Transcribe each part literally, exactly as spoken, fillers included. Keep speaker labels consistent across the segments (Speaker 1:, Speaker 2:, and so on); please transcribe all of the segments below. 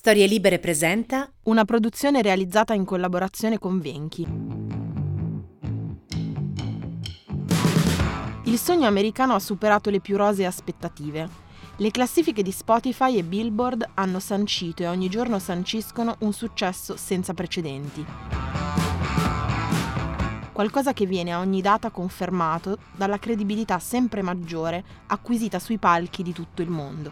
Speaker 1: Storie Libere presenta
Speaker 2: una produzione realizzata in collaborazione con Venchi. Il sogno americano ha superato le più rosee aspettative. Le classifiche di Spotify e Billboard hanno sancito e ogni giorno sanciscono un successo senza precedenti. Qualcosa che viene a ogni data confermato dalla credibilità sempre maggiore acquisita sui palchi di tutto il mondo.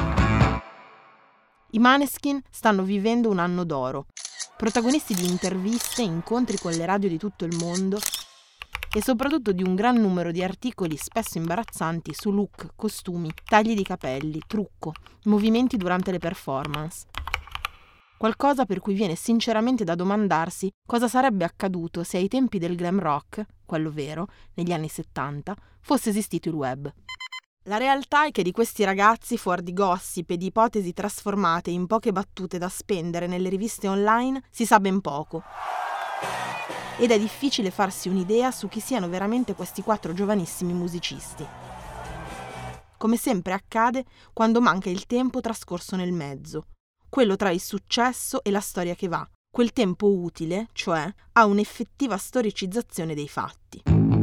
Speaker 2: I Måneskin stanno vivendo un anno d'oro, protagonisti di interviste, incontri con le radio di tutto il mondo e soprattutto di un gran numero di articoli spesso imbarazzanti su look, costumi, tagli di capelli, trucco, movimenti durante le performance. Qualcosa per cui viene sinceramente da domandarsi cosa sarebbe accaduto se ai tempi del glam rock, quello vero, negli anni settanta, fosse esistito il web. La realtà è che di questi ragazzi fuori di gossip e di ipotesi trasformate in poche battute da spendere nelle riviste online si sa ben poco. Ed è difficile farsi un'idea su chi siano veramente questi quattro giovanissimi musicisti. Come sempre accade quando manca il tempo trascorso nel mezzo, quello tra il successo e la storia che va, quel tempo utile, cioè, a un'effettiva storicizzazione dei fatti.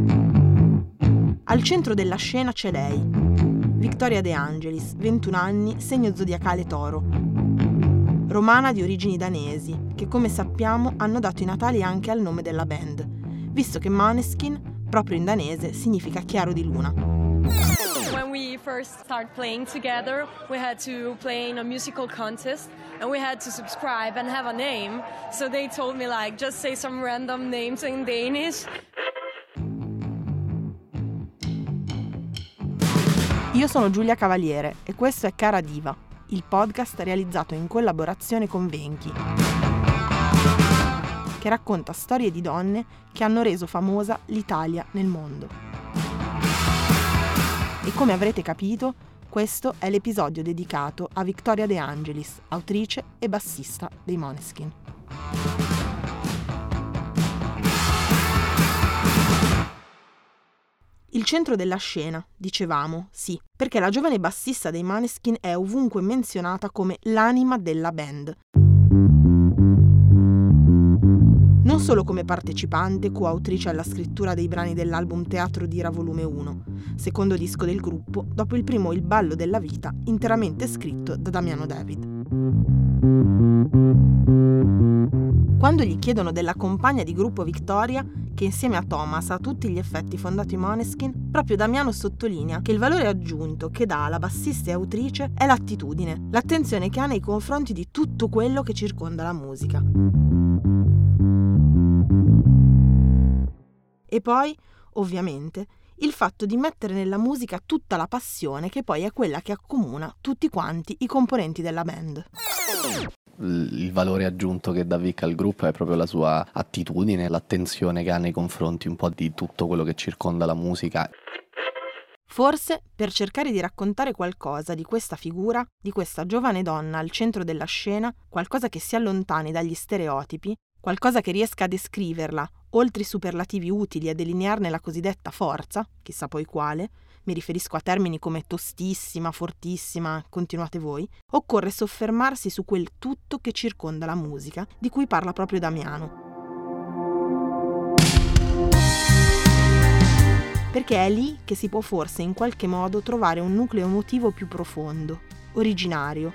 Speaker 2: Al centro della scena c'è lei, Victoria De Angelis, ventuno anni, segno zodiacale Toro. Romana di origini danesi, che come sappiamo hanno dato i natali anche al nome della band, visto che Måneskin, proprio in danese, significa chiaro di luna.
Speaker 3: When we first started playing together, we had to play in a musical contest and we had to subscribe and have a name. So they told me like just say some random names in Danish.
Speaker 2: Io sono Giulia Cavaliere e questo è Cara Diva, il podcast realizzato in collaborazione con Venchi, che racconta storie di donne che hanno reso famosa l'Italia nel mondo. E come avrete capito, questo è l'episodio dedicato a Victoria De Angelis, autrice e bassista dei Måneskin. Il centro della scena, dicevamo, sì, perché la giovane bassista dei Måneskin è ovunque menzionata come l'anima della band. Non solo come partecipante, coautrice alla scrittura dei brani dell'album Teatro d'Ira volume uno, secondo disco del gruppo, dopo il primo Il ballo della vita, interamente scritto da Damiano David. Quando gli chiedono della compagna di gruppo Victoria, che insieme a Thomas ha a tutti gli effetti fondato i Måneskin, proprio Damiano sottolinea che il valore aggiunto che dà alla bassista e autrice è l'attitudine, l'attenzione che ha nei confronti di tutto quello che circonda la musica. E poi, ovviamente, il fatto di mettere nella musica tutta la passione che poi è quella che accomuna tutti quanti i componenti della band.
Speaker 4: Il valore aggiunto che dà Vic al gruppo è proprio la sua attitudine, l'attenzione che ha nei confronti un po' di tutto quello che circonda la musica.
Speaker 2: Forse, per cercare di raccontare qualcosa di questa figura, di questa giovane donna al centro della scena, qualcosa che si allontani dagli stereotipi, qualcosa che riesca a descriverla, oltre i superlativi utili a delinearne la cosiddetta forza, chissà poi quale, mi riferisco a termini come tostissima, fortissima, continuate voi, occorre soffermarsi su quel tutto che circonda la musica, di cui parla proprio Damiano. Perché è lì che si può forse in qualche modo trovare un nucleo emotivo più profondo, originario,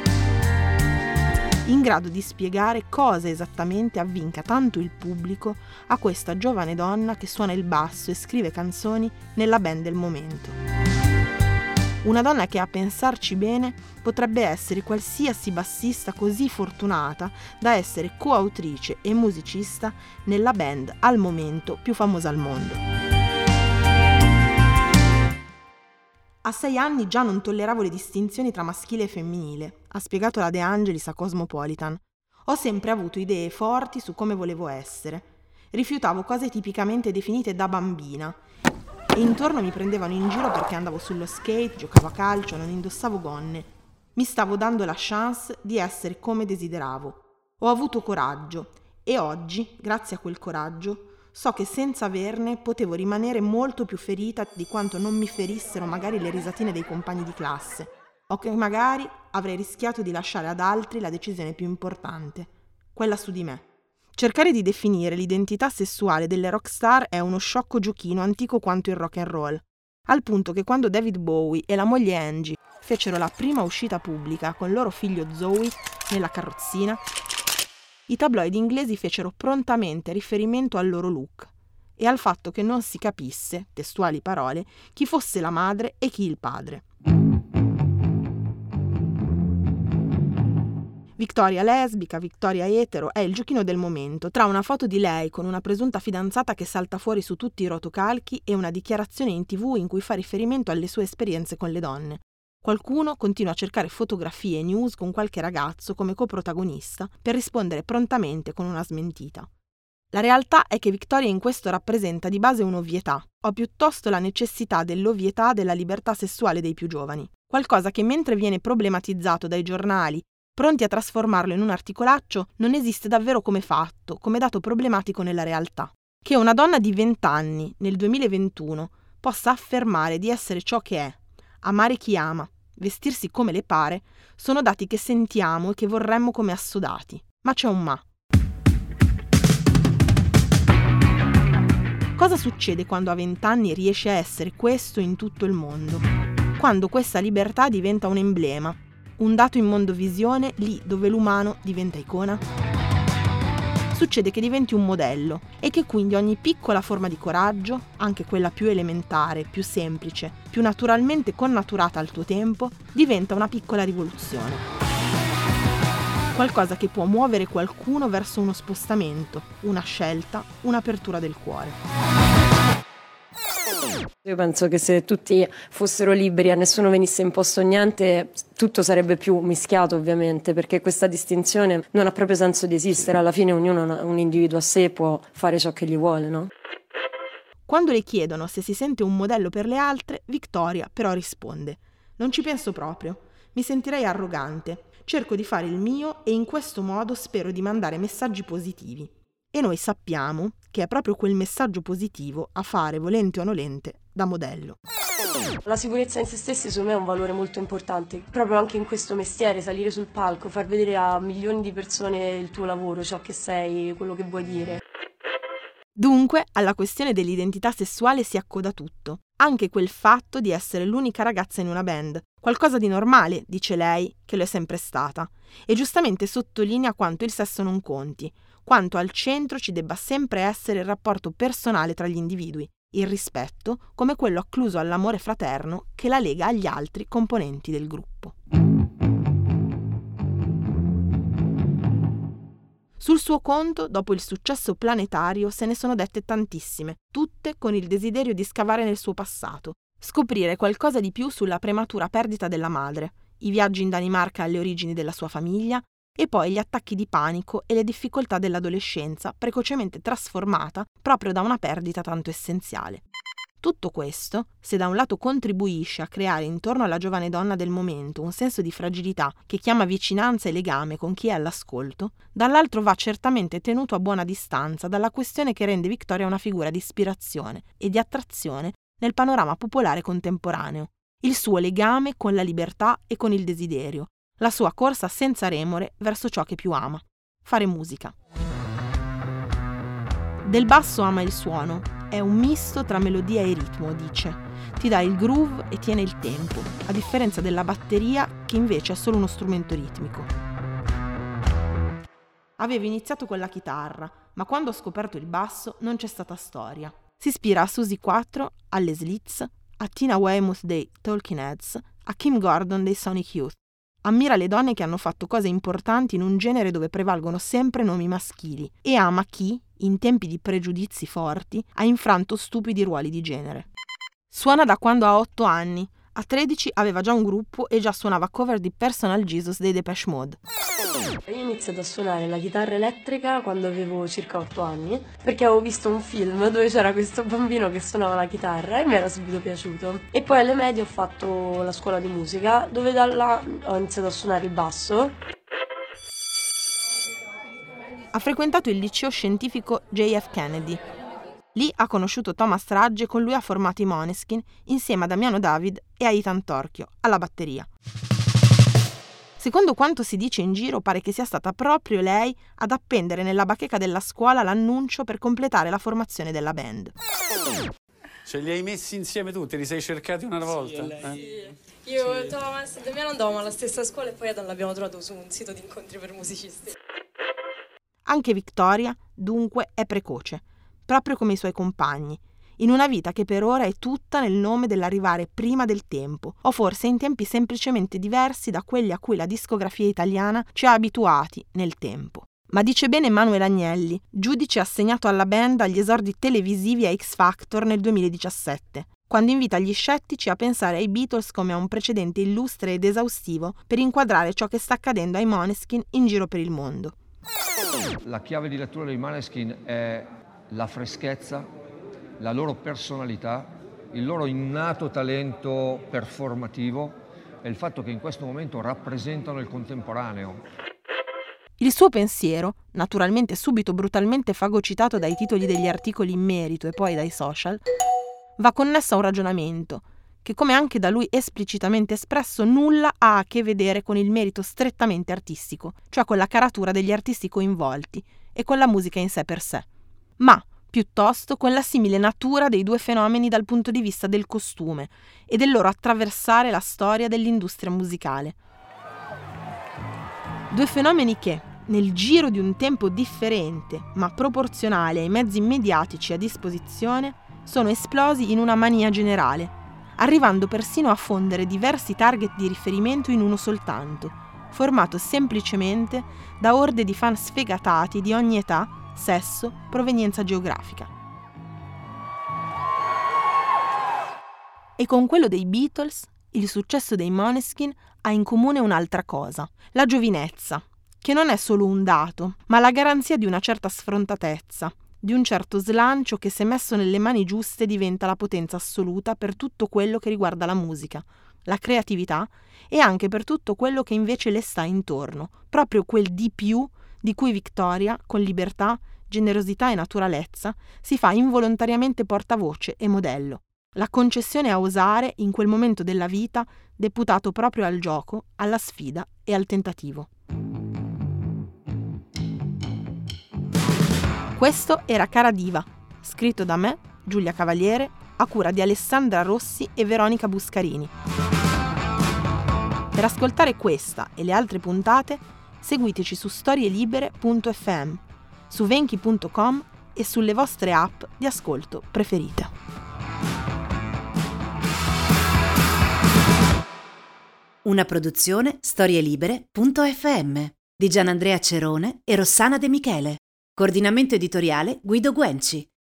Speaker 2: in grado di spiegare cosa esattamente avvinca tanto il pubblico a questa giovane donna che suona il basso e scrive canzoni nella band del momento. Una donna che, a pensarci bene, potrebbe essere qualsiasi bassista così fortunata da essere coautrice e musicista nella band al momento più famosa al mondo. A sei anni già non tolleravo le distinzioni tra maschile e femminile, ha spiegato la De Angelis a Cosmopolitan. Ho sempre avuto idee forti su come volevo essere. Rifiutavo cose tipicamente definite da bambina. E intorno mi prendevano in giro perché andavo sullo skate, giocavo a calcio, non indossavo gonne. Mi stavo dando la chance di essere come desideravo. Ho avuto coraggio e oggi, grazie a quel coraggio, so che senza averne potevo rimanere molto più ferita di quanto non mi ferissero magari le risatine dei compagni di classe. o che magari avrei rischiato di lasciare ad altri la decisione più importante, quella su di me. Cercare di definire l'identità sessuale delle rockstar è uno sciocco giochino antico quanto il rock and roll, al punto che quando David Bowie e la moglie Angie fecero la prima uscita pubblica con il loro figlio Zoe nella carrozzina, i tabloid inglesi fecero prontamente riferimento al loro look e al fatto che non si capisse, testuali parole, chi fosse la madre e chi il padre. Victoria lesbica, Victoria etero è il giochino del momento, tra una foto di lei con una presunta fidanzata che salta fuori su tutti i rotocalchi e una dichiarazione in tv in cui fa riferimento alle sue esperienze con le donne. Qualcuno continua a cercare fotografie e news con qualche ragazzo come coprotagonista per rispondere prontamente con una smentita. La realtà è che Victoria in questo rappresenta di base un'ovvietà, o piuttosto la necessità dell'ovvietà della libertà sessuale dei più giovani, qualcosa che mentre viene problematizzato dai giornali, pronti a trasformarlo in un articolaccio, non esiste davvero come fatto, come dato problematico nella realtà. Che una donna di venti anni, nel duemilaventuno, possa affermare di essere ciò che è, amare chi ama, vestirsi come le pare, sono dati che sentiamo e che vorremmo come assodati. Ma c'è un ma. Cosa succede quando a vent'anni riesce a essere questo in tutto il mondo? Quando questa libertà diventa un emblema, un dato in mondovisione lì dove l'umano diventa icona? Succede che diventi un modello e che quindi ogni piccola forma di coraggio, anche quella più elementare, più semplice, più naturalmente connaturata al tuo tempo, diventa una piccola rivoluzione. Qualcosa che può muovere qualcuno verso uno spostamento, una scelta, un'apertura del cuore.
Speaker 3: Io penso che se tutti fossero liberi e a nessuno venisse imposto niente, tutto sarebbe più mischiato ovviamente, perché questa distinzione non ha proprio senso di esistere. Alla fine ognuno, un individuo a sé, può fare ciò che gli vuole, no?
Speaker 2: Quando le chiedono se si sente un modello per le altre, Victoria però risponde: non ci penso proprio, mi sentirei arrogante, cerco di fare il mio e in questo modo spero di mandare messaggi positivi. E noi sappiamo che è proprio quel messaggio positivo a fare, volente o nolente, da modello.
Speaker 3: La sicurezza in se stessi secondo me è un valore molto importante, proprio anche in questo mestiere, salire sul palco, far vedere a milioni di persone il tuo lavoro, ciò che sei, quello che vuoi dire.
Speaker 2: Dunque, alla questione dell'identità sessuale si accoda tutto, anche quel fatto di essere l'unica ragazza in una band, qualcosa di normale, dice lei, che lo è sempre stata, e giustamente sottolinea quanto il sesso non conti, quanto al centro ci debba sempre essere il rapporto personale tra gli individui, il rispetto come quello accluso all'amore fraterno che la lega agli altri componenti del gruppo. Sul suo conto, dopo il successo planetario, se ne sono dette tantissime, tutte con il desiderio di scavare nel suo passato, scoprire qualcosa di più sulla prematura perdita della madre, i viaggi in Danimarca alle origini della sua famiglia, e poi gli attacchi di panico e le difficoltà dell'adolescenza precocemente trasformata proprio da una perdita tanto essenziale. Tutto questo, se da un lato contribuisce a creare intorno alla giovane donna del momento un senso di fragilità che chiama vicinanza e legame con chi è all'ascolto, dall'altro va certamente tenuto a buona distanza dalla questione che rende Victoria una figura di ispirazione e di attrazione nel panorama popolare contemporaneo, il suo legame con la libertà e con il desiderio, la sua corsa senza remore verso ciò che più ama, fare musica. Del basso ama il suono, è un misto tra melodia e ritmo, dice. Ti dà il groove e tiene il tempo, a differenza della batteria che invece è solo uno strumento ritmico. Avevo iniziato con la chitarra, ma quando ho scoperto il basso non c'è stata storia. Si ispira a Suzy quattro, alle Slits, a Tina Weymouth dei Talking Heads, a Kim Gordon dei Sonic Youth. Ammira le donne che hanno fatto cose importanti in un genere dove prevalgono sempre nomi maschili e ama chi, in tempi di pregiudizi forti, ha infranto stupidi ruoli di genere. Suona da quando ha otto anni. A tredici aveva già un gruppo e già suonava cover di Personal Jesus dei Depeche Mode.
Speaker 3: Io ho iniziato a suonare la chitarra elettrica quando avevo circa otto anni, perché avevo visto un film dove c'era questo bambino che suonava la chitarra e mi era subito piaciuto. E poi alle medie ho fatto la scuola di musica, dove da là ho iniziato a suonare il basso.
Speaker 2: Ha frequentato il liceo scientifico J F Kennedy. Lì ha conosciuto Thomas Ragge e con lui ha formato i Måneskin insieme a Damiano David e a Ethan Torchio alla batteria. Secondo quanto si dice in giro, pare che sia stata proprio lei ad appendere nella bacheca della scuola l'annuncio per completare la formazione della band.
Speaker 1: Ce li hai messi insieme tutti? Li sei cercati una volta?
Speaker 3: Sì, eh? sì. Io e Thomas e Damiano andavamo alla stessa scuola e poi Adam l'abbiamo trovato su un sito di incontri per musicisti.
Speaker 2: Anche Victoria, dunque, è precoce, proprio come i suoi compagni, in una vita che per ora è tutta nel nome dell'arrivare prima del tempo, o forse in tempi semplicemente diversi da quelli a cui la discografia italiana ci ha abituati nel tempo. Ma dice bene Emanuele Agnelli, giudice assegnato alla band agli esordi televisivi a X Factor nel duemiladiciassette, quando invita gli scettici a pensare ai Beatles come a un precedente illustre ed esaustivo per inquadrare ciò che sta accadendo ai Måneskin in giro per il mondo.
Speaker 5: La chiave di lettura dei Måneskin è la freschezza, la loro personalità, il loro innato talento performativo e il fatto che in questo momento rappresentano il contemporaneo.
Speaker 2: Il suo pensiero, naturalmente subito brutalmente fagocitato dai titoli degli articoli in merito e poi dai social, va connesso a un ragionamento che, come anche da lui esplicitamente espresso, nulla ha a che vedere con il merito strettamente artistico, cioè con la caratura degli artisti coinvolti e con la musica in sé per sé, ma piuttosto con la simile natura dei due fenomeni dal punto di vista del costume e del loro attraversare la storia dell'industria musicale. Due fenomeni che, nel giro di un tempo differente, ma proporzionale ai mezzi mediatici a disposizione, sono esplosi in una mania generale, arrivando persino a fondere diversi target di riferimento in uno soltanto, formato semplicemente da orde di fan sfegatati di ogni età, sesso, provenienza geografica. E con quello dei Beatles, il successo dei Måneskin ha in comune un'altra cosa, la giovinezza, che non è solo un dato, ma la garanzia di una certa sfrontatezza, di un certo slancio che, se messo nelle mani giuste, diventa la potenza assoluta per tutto quello che riguarda la musica, la creatività e anche per tutto quello che invece le sta intorno, proprio quel di più di cui Victoria, con libertà, generosità e naturalezza, si fa involontariamente portavoce e modello. La concessione a osare in quel momento della vita deputato proprio al gioco, alla sfida e al tentativo. Questo era Cara Diva, scritto da me, Giulia Cavaliere, a cura di Alessandra Rossi e Veronica Buscarini. Per ascoltare questa e le altre puntate, seguiteci su storielibere punto effe emme, su venchi punto com e sulle vostre app di ascolto preferite.
Speaker 6: Una produzione storielibere punto effe emme di Gianandrea Cerone e Rossana De Michele. Coordinamento editoriale Guido Guenci.